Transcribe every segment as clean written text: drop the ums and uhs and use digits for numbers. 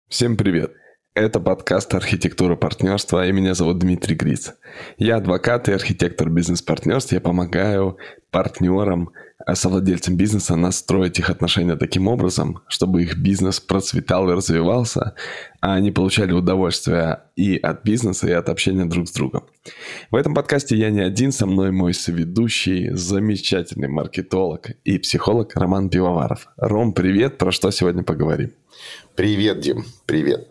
Всем привет! Это подкаст «Архитектура партнерства», и меня зовут Дмитрий Гриц. Я адвокат и архитектор бизнес-партнерств. Я помогаю партнерам, совладельцам бизнеса настроить их отношения таким образом, чтобы их бизнес процветал и развивался, а они получали удовольствие и от бизнеса, и от общения друг с другом. В этом подкасте я не один, со мной мой соведущий, замечательный маркетолог и психолог Роман Пивоваров. Ром, привет! Про что сегодня поговорим? Привет, Дим, привет.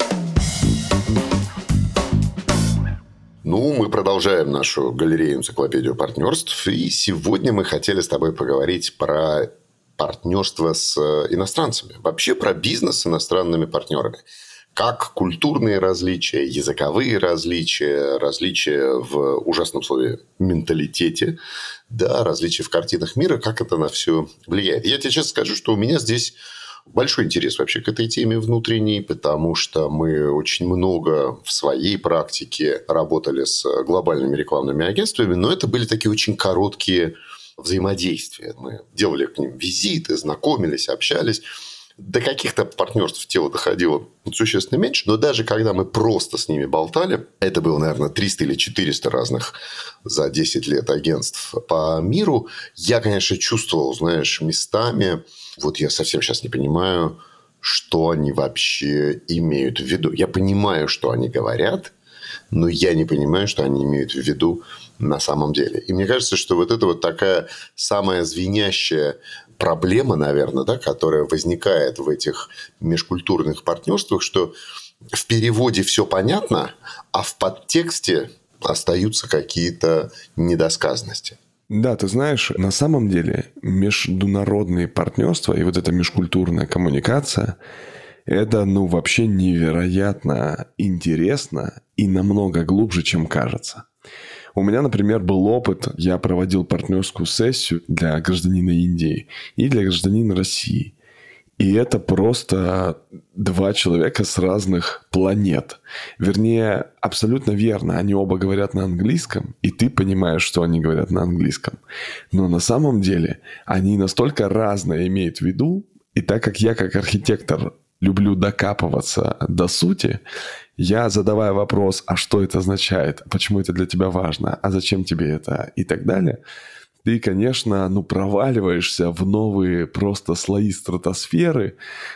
Мы продолжаем нашу галерею-энциклопедию партнерств. И сегодня мы хотели с тобой поговорить про партнерство с иностранцами. Вообще про бизнес с иностранными партнерами. Как культурные различия, языковые различия, различия в ужасном слове менталитете, да, различия в картинах мира, как это на все влияет. Я тебе честно скажу, что у меня здесь большой интерес вообще к этой теме внутренней, потому что мы очень много в своей практике работали с глобальными рекламными агентствами, но это были такие очень короткие взаимодействия. Мы делали к ним визиты, знакомились, общались. До каких-то партнерств дело доходило существенно меньше, но даже когда мы просто с ними болтали, это было, наверное, 300 или 400 разных за 10 лет агентств по миру, я, конечно, чувствовал, знаешь, местами, вот я совсем сейчас не понимаю, что они вообще имеют в виду. Я понимаю, что они говорят, но я не понимаю, что они имеют в виду на самом деле. И мне кажется, что вот это вот такая самая звенящая проблема, наверное, да, которая возникает в этих межкультурных партнерствах, что в переводе все понятно, а в подтексте остаются какие-то недосказанности. Да, ты знаешь, на самом деле международные партнерства и вот эта межкультурная коммуникация – это, вообще невероятно интересно и намного глубже, чем кажется. У меня, например, был опыт, я проводил партнерскую сессию для гражданина Индии и для гражданина России. И это просто два человека с разных планет. Вернее, абсолютно верно, они оба говорят на английском, и ты понимаешь, что они говорят на английском. Но на самом деле они настолько разное имеют в виду, и так как я как архитектор люблю докапываться до сути, я, задавая вопрос, а что это означает, почему это для тебя важно, а зачем тебе это и так далее, ты, конечно, проваливаешься в новые просто слои стратосферы,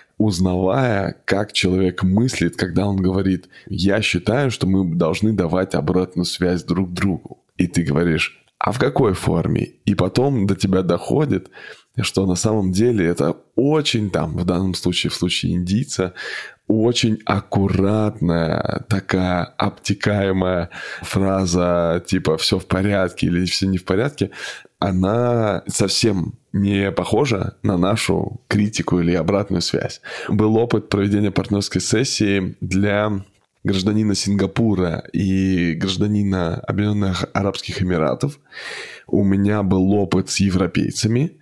узнавая, как человек мыслит, когда он говорит, я считаю, что мы должны давать обратную связь друг другу. И ты говоришь, а в какой форме? И потом до тебя доходит, что на самом деле это очень в данном случае, в случае индийца, очень аккуратная, такая обтекаемая фраза, типа «все в порядке» или «все не в порядке», она совсем не похожа на нашу критику или обратную связь. Был опыт проведения партнерской сессии для гражданина Сингапура и гражданина Объединенных Арабских Эмиратов. У меня был опыт с европейцами.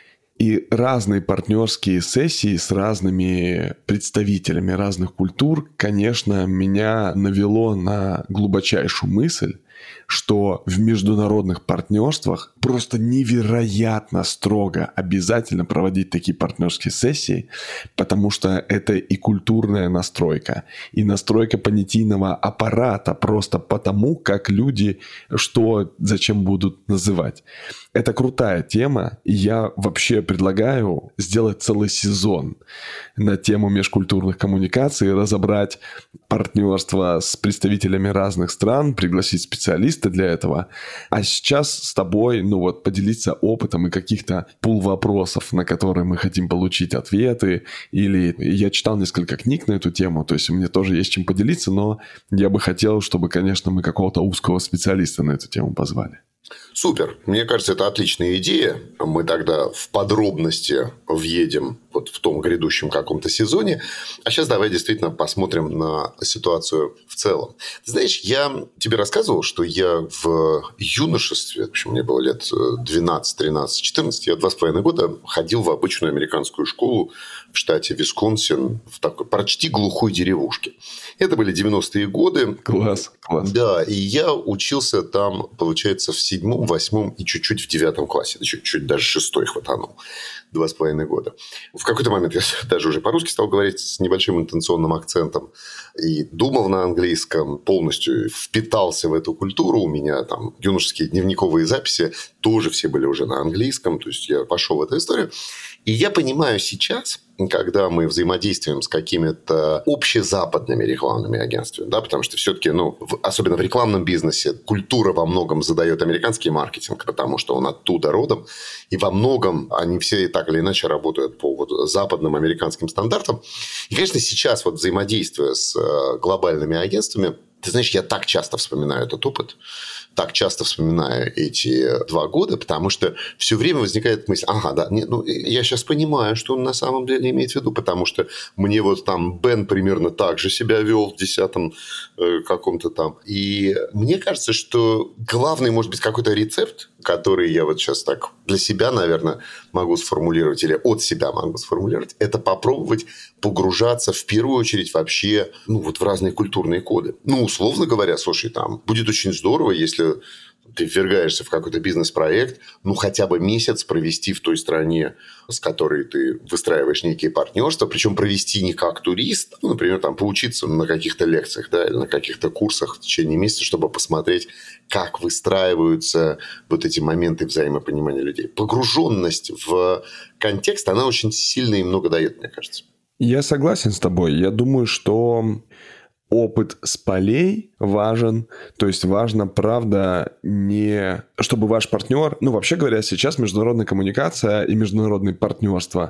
И разные партнерские сессии с разными представителями разных культур, конечно, меня навело на глубочайшую мысль, что в международных партнерствах просто невероятно строго обязательно проводить такие партнерские сессии, потому что это и культурная настройка, и настройка понятийного аппарата просто потому, как люди что, зачем будут называть. Это крутая тема, и я вообще предлагаю сделать целый сезон на тему межкультурных коммуникаций, разобрать партнерство с представителями разных стран, пригласить специалиста для этого. А сейчас с тобой, поделиться опытом и каких-то пул вопросов, на которые мы хотим получить ответы. Или я читал несколько книг на эту тему, то есть у меня тоже есть чем поделиться, но я бы хотел, чтобы, конечно, мы какого-то узкого специалиста на эту тему позвали. Супер. Мне кажется, это отличная идея. Мы тогда в подробности въедем вот в том грядущем каком-то сезоне. А сейчас давай действительно посмотрим на ситуацию в целом. Ты знаешь, я тебе рассказывал, что я в юношестве, в общем, мне было лет 12, 13, 14, я 2,5 года ходил в обычную американскую школу в штате Висконсин, в такой почти глухой деревушке. Это были 90-е годы. Класс. Да, и я учился там, получается, в 7, 8 и чуть-чуть в 9 классе. Чуть-чуть даже 6 хватанул. 2,5 года. В какой-то момент я даже уже по-русски стал говорить с небольшим интонационным акцентом и думал на английском, полностью впитался в эту культуру. У меня там юношеские дневниковые записи тоже все были уже на английском, то есть я пошел в эту историю. И я понимаю сейчас, когда мы взаимодействуем с какими-то общезападными рекламными агентствами, да, потому что все-таки, особенно в рекламном бизнесе, культура во многом задает американский маркетинг, потому что он оттуда родом, и во многом они все так или иначе работают по западным американским стандартам. И, конечно, сейчас взаимодействуя с глобальными агентствами, ты знаешь, я так часто вспоминаю этот опыт, так часто вспоминаю эти 2 года, потому что все время возникает мысль, я сейчас понимаю, что он на самом деле имеет в виду, потому что мне там Бен примерно так же себя вел в 10-м каком-то там. И мне кажется, что главный, может быть, какой-то рецепт, который я сейчас так для себя, наверное, могу сформулировать или от себя могу сформулировать, это попробовать погружаться в первую очередь вообще в разные культурные коды. Условно говоря, слушай, там будет очень здорово, если ты ввергаешься в какой-то бизнес-проект, хотя бы месяц провести в той стране, с которой ты выстраиваешь некие партнерства, причем провести не как турист, например, там, поучиться на каких-то лекциях, да, или на каких-то курсах в течение месяца, чтобы посмотреть, как выстраиваются эти моменты взаимопонимания людей. Погруженность в контекст, она очень сильно и много дает, мне кажется. Я согласен с тобой. Я думаю, что опыт с полей важен. То есть важно, правда, не чтобы ваш партнер... вообще говоря, сейчас международная коммуникация и международные партнерства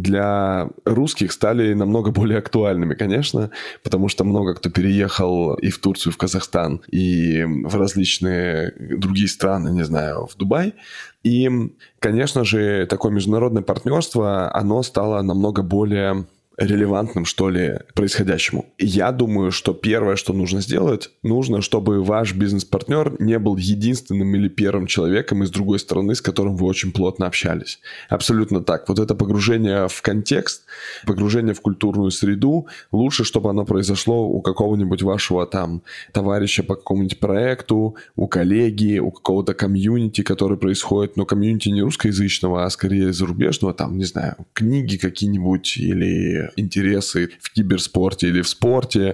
для русских стали намного более актуальными, конечно, потому что много кто переехал и в Турцию, и в Казахстан, и в различные другие страны, не знаю, в Дубай. И, конечно же, такое международное партнерство, оно стало намного более релевантным, что ли, происходящему. Я думаю, что первое, что нужно сделать, нужно, чтобы ваш бизнес-партнер не был единственным или первым человеком из другой страны, с которым вы очень плотно общались. Абсолютно так. Это погружение в контекст, погружение в культурную среду, лучше, чтобы оно произошло у какого-нибудь вашего там товарища по какому-нибудь проекту, у коллеги, у какого-то комьюнити, который происходит, но комьюнити не русскоязычного, а скорее зарубежного, там, не знаю, книги какие-нибудь или интересы в киберспорте или в спорте.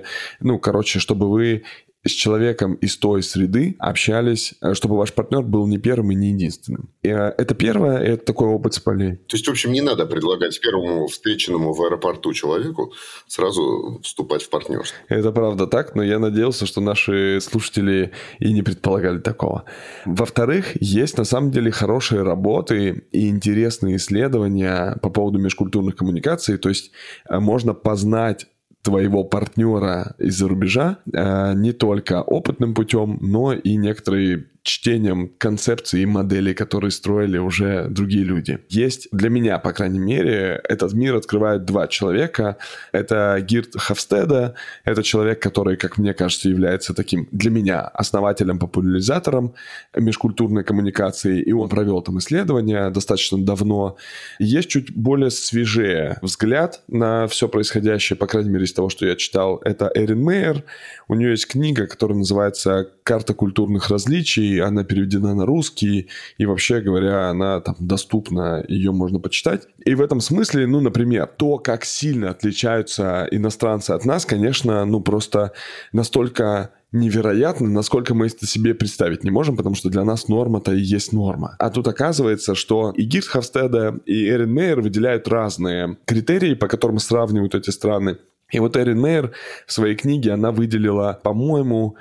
Чтобы вы с человеком из той среды общались, чтобы ваш партнер был не первым и не единственным. И это первое, это такой опыт с полей. То есть, в общем, не надо предлагать первому встреченному в аэропорту человеку сразу вступать в партнерство. Это правда так, но я надеялся, что наши слушатели и не предполагали такого. Во-вторых, есть на самом деле хорошие работы и интересные исследования по поводу межкультурных коммуникаций. То есть, можно познать твоего партнера из-за рубежа не только опытным путем, но и некоторые чтением концепций и моделей, которые строили уже другие люди. Есть для меня, по крайней мере, этот мир открывает 2 человека. Это Гирт Хофстеда, это человек, который, как мне кажется, является таким для меня основателем-популяризатором межкультурной коммуникации, и он провел там исследования достаточно давно. Есть чуть более свежее взгляд на все происходящее, по крайней мере, из того, что я читал. Это Эрин Мейер. У нее есть книга, которая называется «Карта культурных различий». Она переведена на русский, и вообще говоря, она там доступна, ее можно почитать. И в этом смысле, например, то, как сильно отличаются иностранцы от нас, конечно, просто настолько невероятно, насколько мы это себе представить не можем, потому что для нас норма-то и есть норма. А тут оказывается, что и Гирт Хофстеда, и Эрин Мейер выделяют разные критерии, по которым сравнивают эти страны. И Эрин Мейер в своей книге, она выделила, по-моему,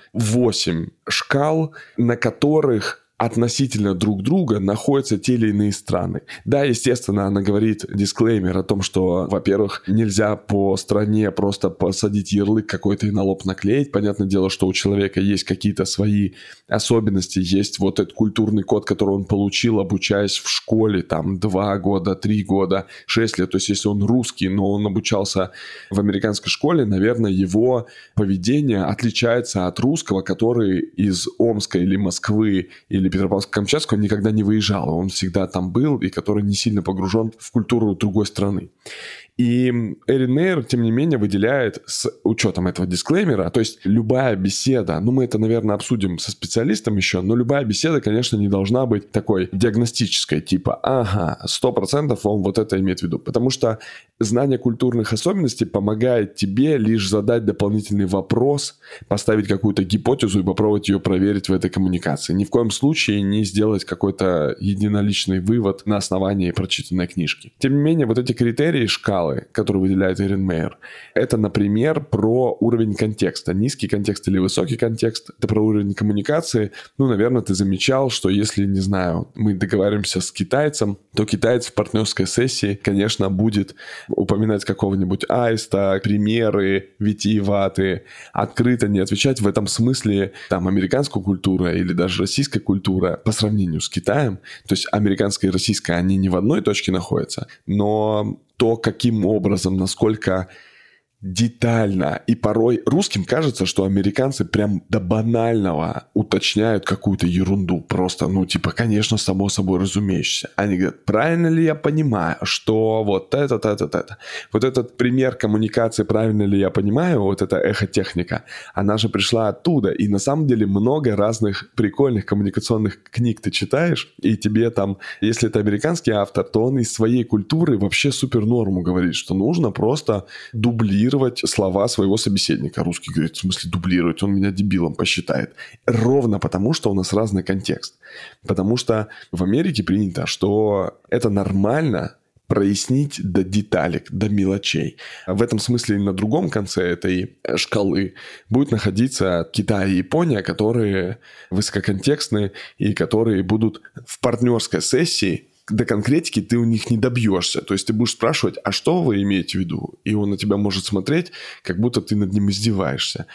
8 шкал, на которых относительно друг друга находятся те или иные страны. Да, естественно, она говорит дисклеймер о том, что, во-первых, нельзя по стране просто посадить ярлык какой-то и на лоб наклеить. Понятное дело, что у человека есть какие-то свои особенности, есть этот культурный код, который он получил, обучаясь в школе, там, 2 года, 3 года, 6 лет. То есть, если он русский, но он обучался в американской школе, наверное, его поведение отличается от русского, который из Омска или Москвы или Петропавловска-Камчатского никогда не выезжал. Он всегда там был, и который не сильно погружен в культуру другой страны. И Эрин Мейер, тем не менее, выделяет с учетом этого дисклеймера, то есть любая беседа, мы это, наверное, обсудим со специалистом еще, но любая беседа, конечно, не должна быть такой диагностической, типа, 100% он вот это имеет в виду. Потому что знание культурных особенностей помогает тебе лишь задать дополнительный вопрос, поставить какую-то гипотезу и попробовать ее проверить в этой коммуникации. Ни в коем случае не сделать какой-то единоличный вывод на основании прочитанной книжки. Тем не менее, вот эти критерии, шкалы, которые выделяет Эрин Мейер, это, например, про уровень контекста. Низкий контекст или высокий контекст. Это про уровень коммуникации. Наверное, ты замечал, что если, не знаю, мы договариваемся с китайцем, то китаец в партнерской сессии, конечно, будет упоминать какого-нибудь аиста, примеры витиеватые, открыто не отвечать в этом смысле американская культура или даже российская культура по сравнению с Китаем. То есть американская и российская, они не в одной точке находятся, но то, каким образом, насколько детально. И порой русским кажется, что американцы прям до банального уточняют какую-то ерунду. Просто, конечно, само собой разумеющееся. Они говорят, правильно ли я понимаю, что вот это. Вот этот пример коммуникации, правильно ли я понимаю, вот эта эхотехника, она же пришла оттуда. И на самом деле много разных прикольных коммуникационных книг ты читаешь, и тебе если это американский автор, то он из своей культуры вообще супер норму говорит, что нужно просто дублировать слова своего собеседника. Русский говорит, в смысле дублировать, он меня дебилом посчитает. Ровно потому, что у нас разный контекст. Потому что в Америке принято, что это нормально прояснить до деталек, до мелочей. В этом смысле на другом конце этой шкалы будет находиться Китай и Япония, которые высококонтекстные и которые будут в партнерской сессии. До конкретики ты у них не добьешься. То есть ты будешь спрашивать, а что вы имеете в виду? И он на тебя может смотреть, как будто ты над ним издеваешься.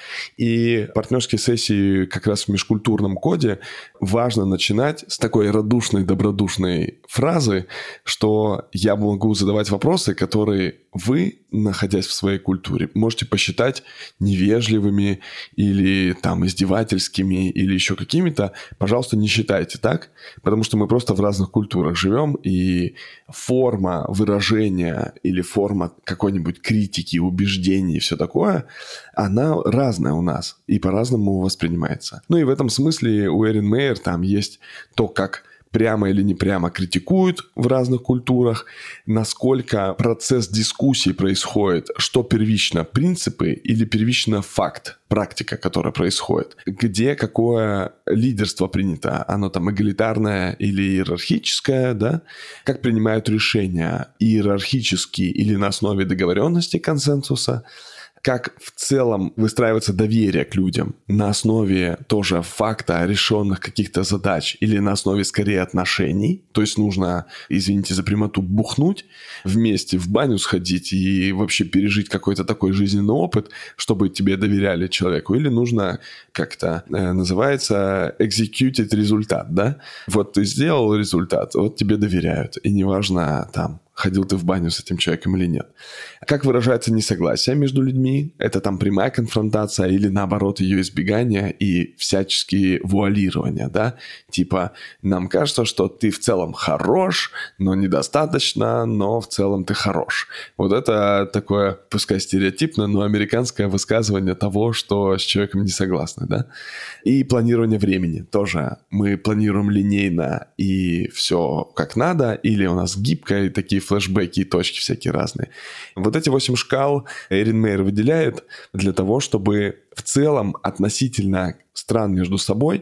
И партнерские сессии как раз в межкультурном коде важно начинать с такой радушной, добродушной фразы, что я могу задавать вопросы, которые вы, находясь в своей культуре, можете посчитать невежливыми или издевательскими или еще какими-то. Пожалуйста, не считайте так, потому что мы просто в разных культурах живем, и форма выражения или форма какой-нибудь критики, убеждений и все такое, она разная у нас и по-разному воспринимается. И в этом смысле у Эрин Мейер есть то, как прямо или не прямо критикуют в разных культурах, насколько процесс дискуссии происходит, что первично, принципы или первично факт, практика, которая происходит, где какое лидерство принято, оно эгалитарное или иерархическое, да, как принимают решения иерархически или на основе договоренности, консенсуса, как в целом выстраивается доверие к людям на основе тоже факта решенных каких-то задач или на основе скорее отношений. То есть нужно, извините за прямоту, бухнуть вместе, в баню сходить и вообще пережить какой-то такой жизненный опыт, чтобы тебе доверяли человеку. Или нужно как-то называется executed результат, да? Вот ты сделал результат, вот тебе доверяют. И неважно ходил ты в баню с этим человеком или нет. Как выражается несогласие между людьми? Это прямая конфронтация или наоборот ее избегание и всяческие вуалирования, да? Типа, нам кажется, что ты в целом хорош, но недостаточно, но в целом ты хорош. Вот это такое, пускай стереотипно, но американское высказывание того, что с человеком не согласны, да? И планирование времени тоже. Мы планируем линейно и все как надо, или у нас гибко, и такие флешбеки и точки всякие разные. Вот эти 8 шкал Эрин Мейер выделяет для того, чтобы в целом относительно стран между собой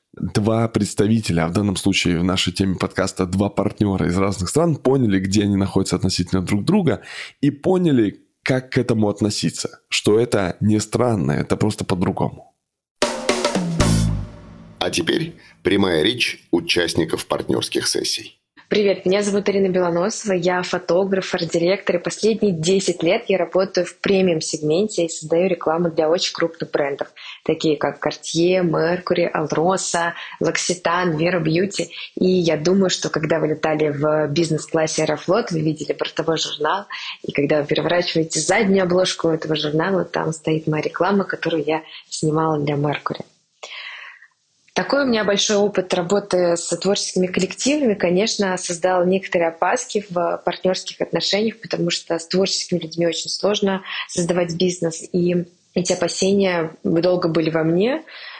два представителя, а в данном случае в нашей теме подкаста 2 партнера из разных стран, поняли, где они находятся относительно друг друга и поняли, как к этому относиться. Что это не странно, это просто по-другому. А теперь прямая речь участников партнерских сессий. Привет, меня зовут Ирина Белоносова, я фотограф, арт-директор, и последние 10 лет я работаю в премиум-сегменте и создаю рекламу для очень крупных брендов, такие как Cartier, Mercury, Alrosa, L'Occitane, Vera Beauty. И я думаю, что когда вы летали в бизнес-классе Аэрофлот, вы видели бортовой журнал, и когда вы переворачиваете заднюю обложку этого журнала, там стоит моя реклама, которую я снимала для Mercury. Такой у меня большой опыт работы с творческими коллективами, конечно, создал некоторые опаски в партнерских отношениях, потому что с творческими людьми очень сложно создавать бизнес. И эти опасения долго были во мне.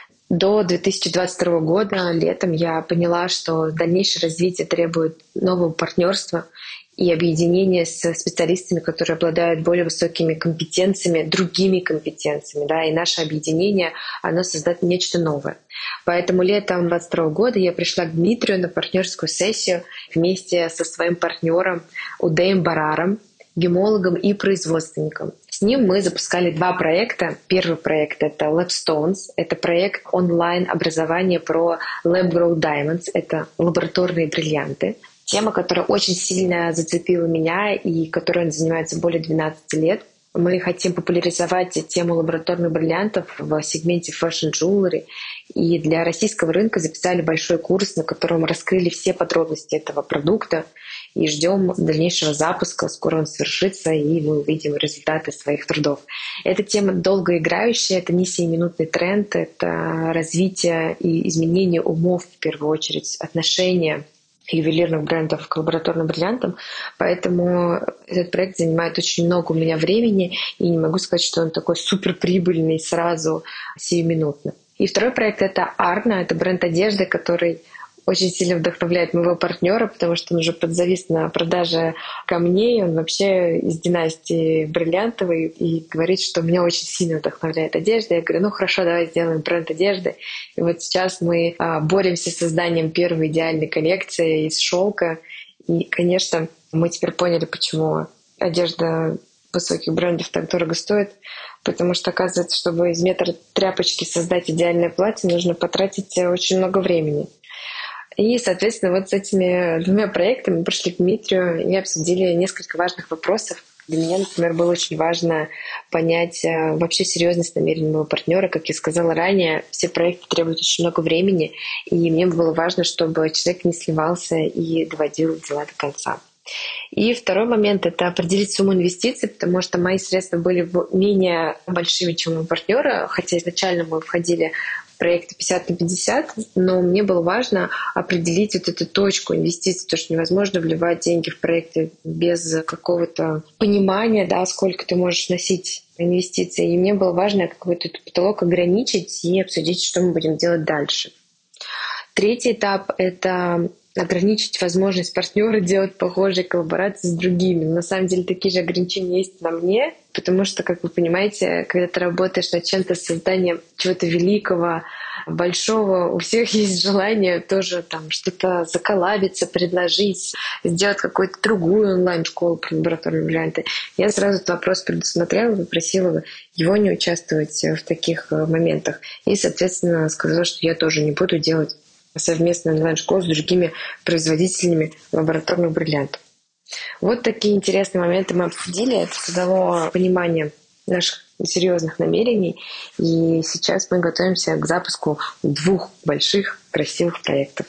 До 2022 года, летом, я поняла, что дальнейшее развитие требует нового партнерства и объединения с специалистами, которые обладают более высокими компетенциями, другими компетенциями. Да, и наше объединение, оно создает нечто новое. Поэтому летом 2022 года я пришла к Дмитрию на партнерскую сессию вместе со своим партнером Удеем Бараром, гемологом и производственником. С ним мы запускали 2 проекта. Первый проект — это LabStones. Это проект онлайн-образования про Lab-Grown Diamonds. Это лабораторные бриллианты. Тема, которая очень сильно зацепила меня и которой он занимается более 12 лет. Мы хотим популяризовать тему лабораторных бриллиантов в сегменте Fashion Jewelry. И для российского рынка записали большой курс, на котором раскрыли все подробности этого продукта. И ждем дальнейшего запуска. Скоро он свершится, и мы увидим результаты своих трудов. Эта тема долгоиграющая, это не сиюминутный тренд, это развитие и изменение умов, в первую очередь, отношения ювелирных брендов к лабораторным бриллиантам. Поэтому этот проект занимает очень много у меня времени, и не могу сказать, что он такой суперприбыльный сразу, сиюминутно. И второй проект — это Arna, это бренд одежды, который очень сильно вдохновляет моего партнера, потому что он уже подзавис на продаже камней. Он вообще из династии бриллиантовой и говорит, что меня очень сильно вдохновляет одежда. Я говорю, хорошо, давай сделаем бренд одежды. И вот сейчас мы боремся с созданием первой идеальной коллекции из шелка. И, конечно, мы теперь поняли, почему одежда высоких брендов так дорого стоит. Потому что, оказывается, чтобы из метра тряпочки создать идеальное платье, нужно потратить очень много времени. И, соответственно, вот с этими 2 проектами мы пришли к Дмитрию и обсудили несколько важных вопросов. Для меня, например, было очень важно понять вообще серьезность намерений моего партнера. Как я сказала ранее, все проекты требуют очень много времени, и мне было важно, чтобы человек не сливался и доводил дела до конца. И второй момент — это определить сумму инвестиций, потому что мои средства были менее большими, чем у партнера, хотя изначально мы входили проекты 50 на 50, но мне было важно определить вот эту точку инвестиций, потому что невозможно вливать деньги в проекты без какого-то понимания, да, сколько ты можешь вносить инвестиций. И мне было важно какой-то потолок ограничить и обсудить, что мы будем делать дальше. Третий этап — это ограничить возможность партнера делать похожие коллаборации с другими. Но на самом деле такие же ограничения есть на мне, потому что, как вы понимаете, когда ты работаешь над чем-то, созданием чего-то великого, большого, у всех есть желание тоже там что-то заколлабиться, предложить, сделать какую-то другую онлайн-школу про лабораторные бриллианты. Я сразу этот вопрос предусмотрела и попросила его не участвовать в таких моментах. И, соответственно, сказала, что я тоже не буду делать совместную онлайн-школу с другими производителями лабораторных бриллиантов. Вот такие интересные моменты мы обсудили. Это дало понимание наших серьезных намерений. И сейчас мы готовимся к запуску 2 больших красивых проектов.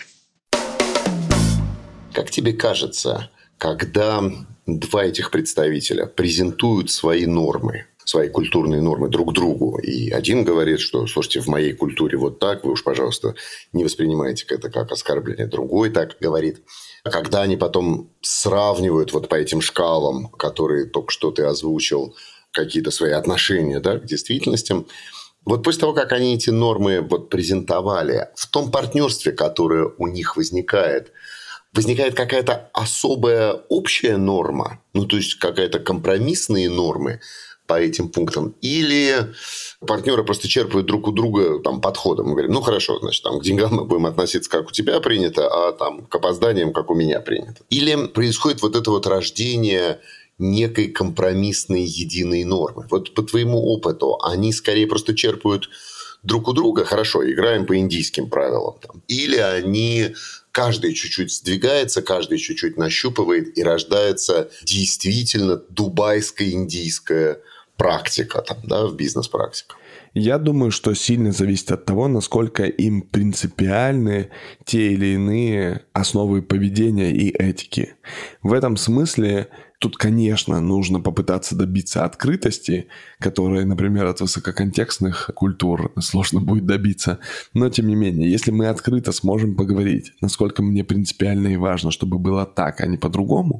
Как тебе кажется, когда 2 этих представителя презентуют свои нормы, свои культурные нормы друг другу, и один говорит, что, слушайте, в моей культуре вот так, вы уж, пожалуйста, не воспринимайте это как оскорбление, другой так говорит. А когда они потом сравнивают вот по этим шкалам, которые только что ты озвучил, какие-то свои отношения, да, к действительности, вот после того, как они эти нормы вот презентовали, в том партнерстве, которое у них возникает какая-то особая общая норма, то есть какая-то компромиссные нормы по этим пунктам, или партнеры просто черпают друг у друга там подходом. Мы говорим, хорошо, значит, там, к деньгам мы будем относиться, как у тебя принято, а там, к опозданиям, как у меня принято. Или происходит вот это вот рождение некой компромиссной единой нормы. Вот по твоему опыту они скорее просто черпают друг у друга, хорошо, играем по индийским правилам. Там. Или они... Каждый чуть-чуть сдвигается, каждый чуть-чуть нащупывает, и рождается действительно дубайская индийская практика, в бизнес-практика. Я думаю, что сильно зависит от того, насколько им принципиальны те или иные основы поведения и этики. В этом смысле Тут, конечно, нужно попытаться добиться открытости, которой, например, от высококонтекстных культур сложно будет добиться. Но, тем не менее, если мы открыто сможем поговорить, насколько мне принципиально и важно, чтобы было так, а не по-другому,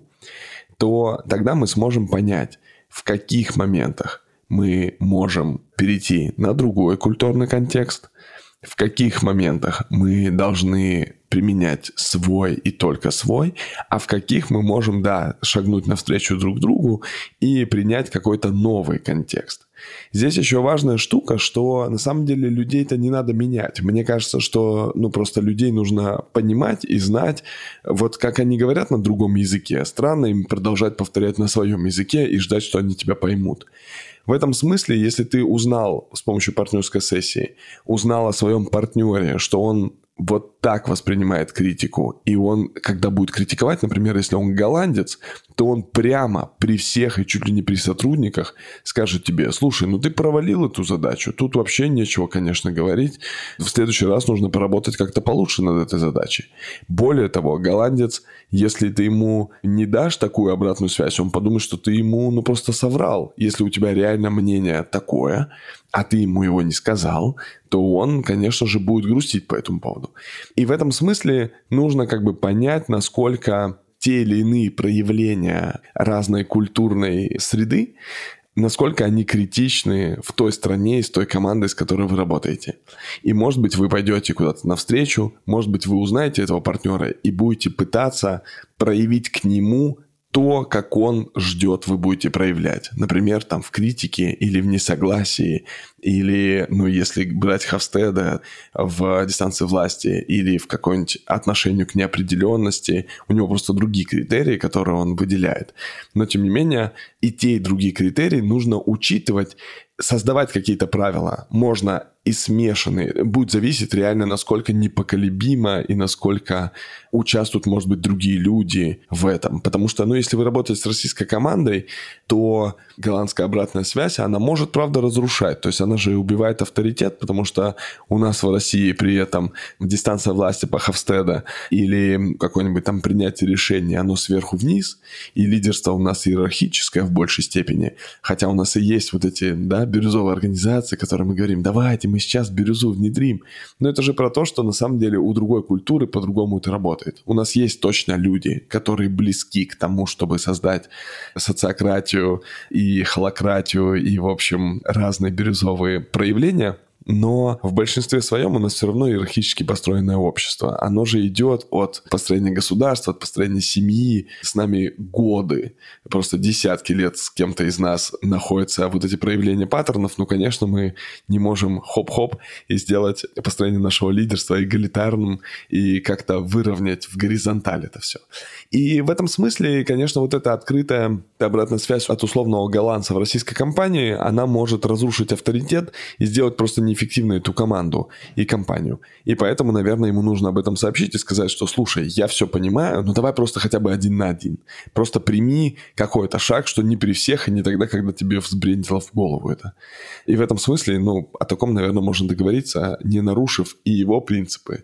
то тогда мы сможем понять, в каких моментах мы можем перейти на другой культурный контекст, в каких моментах мы должны применять свой и только свой, а в каких мы можем, шагнуть навстречу друг другу и принять какой-то новый контекст. Здесь еще важная штука, что на самом деле людей-то не надо менять. Мне кажется, что просто людей нужно понимать и знать, вот как они говорят на другом языке. Странно им продолжать повторять на своем языке и ждать, что они тебя поймут. В этом смысле, если ты узнал с помощью партнерской сессии, узнал о своем партнере, что он вот так воспринимает критику, и он, когда будет критиковать, например, если он голландец, то он прямо при всех и чуть ли не при сотрудниках скажет тебе: слушай, ты провалил эту задачу, тут вообще нечего, конечно, говорить, в следующий раз нужно поработать как-то получше над этой задачей. Более того, голландец, если ты ему не дашь такую обратную связь, он подумает, что ты ему просто соврал. Если у тебя реально мнение такое, а ты ему его не сказал, то он, конечно же, будет грустить по этому поводу. И в этом смысле нужно понять, насколько те или иные проявления разной культурной среды, насколько они критичны в той стране и с той командой, с которой вы работаете. И, может быть, вы пойдете куда-то навстречу, может быть, вы узнаете этого партнера и будете пытаться проявить к нему то, как он ждет, вы будете проявлять. Например, в критике или в несогласии, или, если брать Хавстеда в дистанции власти, или в каком-нибудь отношении к неопределенности, у него просто другие критерии, которые он выделяет. Но, тем не менее, и те, и другие критерии нужно учитывать, создавать какие-то правила. Можно и смешанные. Будет зависеть реально, насколько непоколебимо и насколько участвуют, может быть, другие люди в этом. Потому что, если вы работаете с российской командой, то голландская обратная связь, она может, правда, разрушать. То есть она же убивает авторитет, потому что у нас в России при этом дистанция власти по Хавстеда или какое-нибудь принятие решений, оно сверху вниз, и лидерство у нас иерархическое в большей степени. Хотя у нас и есть вот эти, бирюзовые организации, которые мы говорим: давайте мы сейчас бирюзу внедрим. Но это же про то, что на самом деле у другой культуры по-другому это работает. У нас есть точно люди, которые близки к тому, чтобы создать социократию и холократию и, в общем, разные бирюзовые проявления. Но в большинстве своем у нас все равно иерархически построенное общество. Оно же идет от построения государства, от построения семьи. С нами годы, просто десятки лет с кем-то из нас находятся вот эти проявления паттернов. Конечно, мы не можем хоп-хоп и сделать построение нашего лидерства эгалитарным и как-то выровнять в горизонталь это все. И в этом смысле, конечно, вот эта открытая обратная связь от условного голландца в российской компании, она может разрушить авторитет и сделать просто неэффективной эту команду и компанию. И поэтому, наверное, ему нужно об этом сообщить и сказать, что: слушай, я все понимаю, но давай просто хотя бы 1 на 1. Просто прими какой-то шаг, что не при всех и не тогда, когда тебе взбрендило в голову это. И в этом смысле, о таком, наверное, можно договориться, не нарушив и его принципы,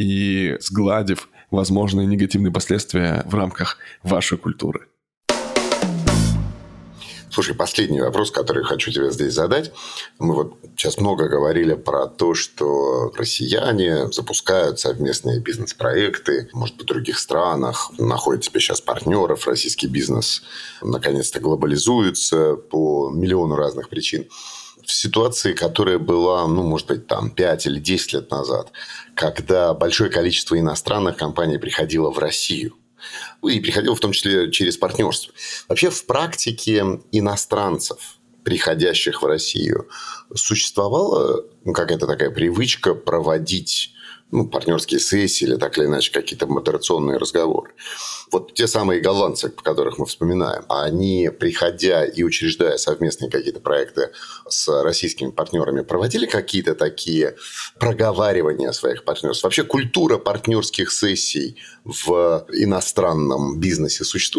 и сгладив возможные негативные последствия в рамках вашей культуры. Слушай, последний вопрос, который хочу тебе здесь задать. Мы сейчас много говорили про то, что россияне запускают совместные бизнес-проекты, может быть, в других странах, находят себе сейчас партнеров, российский бизнес наконец-то глобализуется по миллиону разных причин. В ситуации, которая была, может быть, 5 или 10 лет назад, когда большое количество иностранных компаний приходило в Россию, и приходило в том числе через партнерство. Вообще в практике иностранцев, приходящих в Россию, существовала какая-то такая привычка проводить партнерские сессии или так или иначе какие-то модерационные разговоры. Вот те самые голландцы, по которых мы вспоминаем, они, приходя и учреждая совместные какие-то проекты с российскими партнерами, проводили какие-то такие проговаривания своих партнерств? Вообще культура партнерских сессий в иностранном бизнесе существует?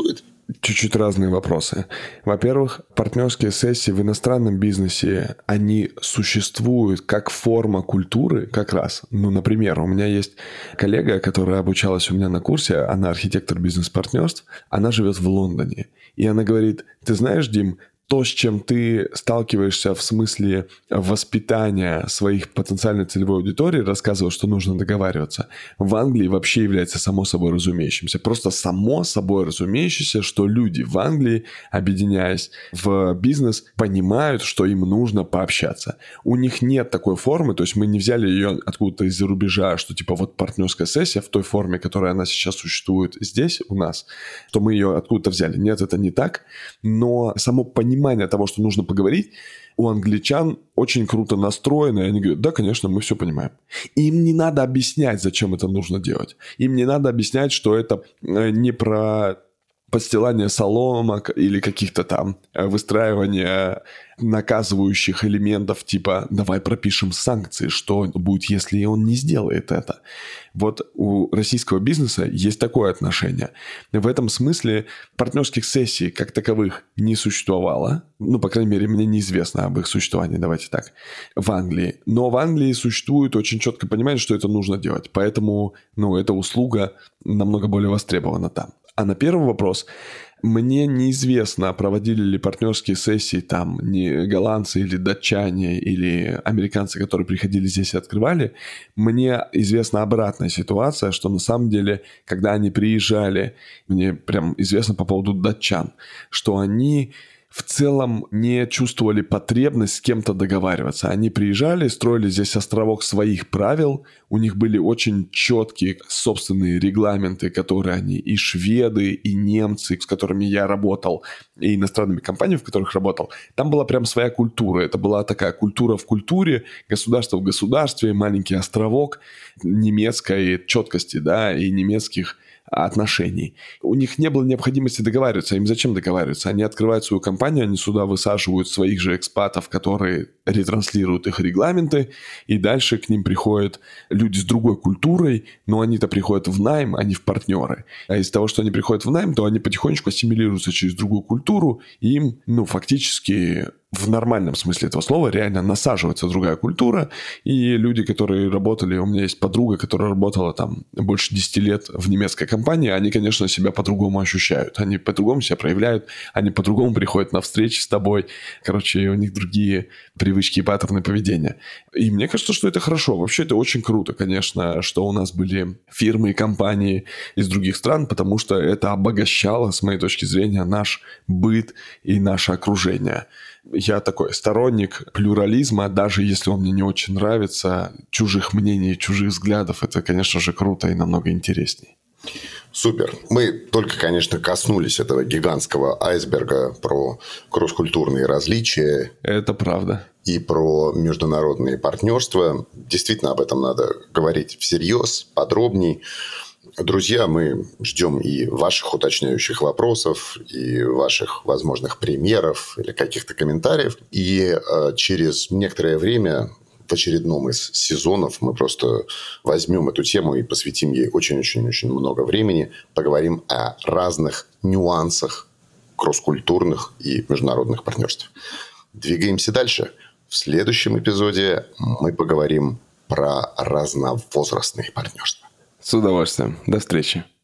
чуть-чуть разные вопросы. Во-первых, партнерские сессии в иностранном бизнесе, они существуют как форма культуры как раз. Ну, например, у меня есть коллега, которая обучалась у меня на курсе, она архитектор бизнес-партнерств, она живет в Лондоне. И она говорит: ты знаешь, Дим, то, с чем ты сталкиваешься в смысле воспитания своих потенциальной целевой аудитории, рассказывал, что нужно договариваться, в Англии вообще является само собой разумеющимся. Просто само собой разумеющееся, что люди в Англии, объединяясь в бизнес, понимают, что им нужно пообщаться. У них нет такой формы, то есть мы не взяли ее откуда-то из-за рубежа, что типа вот партнерская сессия в той форме, которая она сейчас существует здесь у нас, то мы ее откуда-то взяли. Нет, это не так, но само понимание того, что нужно поговорить, у англичан очень круто настроено, и они говорят: да, конечно, мы все понимаем. Им не надо объяснять, зачем это нужно делать. Им не надо объяснять, что это не про подстилание соломок или каких-то там выстраивания наказывающих элементов, типа давай пропишем санкции, что будет, если он не сделает это. Вот у российского бизнеса есть такое отношение. В этом смысле партнерских сессий как таковых не существовало. Ну, по крайней мере, мне неизвестно об их существовании, давайте так, в Англии. Но в Англии существует очень четкое понимание, что это нужно делать. Поэтому, эта услуга намного более востребована там. А на первый вопрос, мне неизвестно, проводили ли партнерские сессии там не голландцы или датчане или американцы, которые приходили здесь и открывали. Мне известна обратная ситуация, что на самом деле, когда они приезжали, мне прям известно по поводу датчан, что они в целом не чувствовали потребность с кем-то договариваться. Они приезжали, строили здесь островок своих правил, у них были очень четкие собственные регламенты, которые они и шведы, и немцы, с которыми я работал, и иностранными компаниями, в которых работал, там была прям своя культура. Это была такая культура в культуре, государство в государстве, маленький островок немецкой четкости, да, и немецких отношений. У них не было необходимости договариваться. Им зачем договариваться? Они открывают свою компанию, они сюда высаживают своих же экспатов, которые ретранслируют их регламенты, и дальше к ним приходят люди с другой культурой, но они-то приходят в найм, а не в партнеры. А из-за того, что они приходят в найм, то они потихонечку ассимилируются через другую культуру, и им, фактически в нормальном смысле этого слова реально насаживается другая культура, и люди, которые работали, у меня есть подруга, которая работала там больше 10 лет в немецкой компании, они, конечно, себя по-другому ощущают, они по-другому себя проявляют, они по-другому приходят на встречи с тобой, короче, у них другие привычки и паттерны поведения. И мне кажется, что это хорошо, вообще это очень круто, конечно, что у нас были фирмы и компании из других стран, потому что это обогащало, с моей точки зрения, наш быт и наше окружение. Я такой сторонник плюрализма, даже если он мне не очень нравится, чужих мнений, чужих взглядов, это, конечно же, круто и намного интереснее. Супер. Мы только, конечно, коснулись этого гигантского айсберга про кросс-культурные различия. Это правда. И про международные партнерства. Действительно, об этом надо говорить всерьез, подробней. Друзья, мы ждем и ваших уточняющих вопросов, и ваших возможных примеров или каких-то комментариев. И через некоторое время в очередном из сезонов мы просто возьмем эту тему и посвятим ей очень-очень-очень много времени. Поговорим о разных нюансах кросс-культурных и международных партнерств. Двигаемся дальше. В следующем эпизоде мы поговорим про разновозрастные партнерства. С удовольствием. До встречи.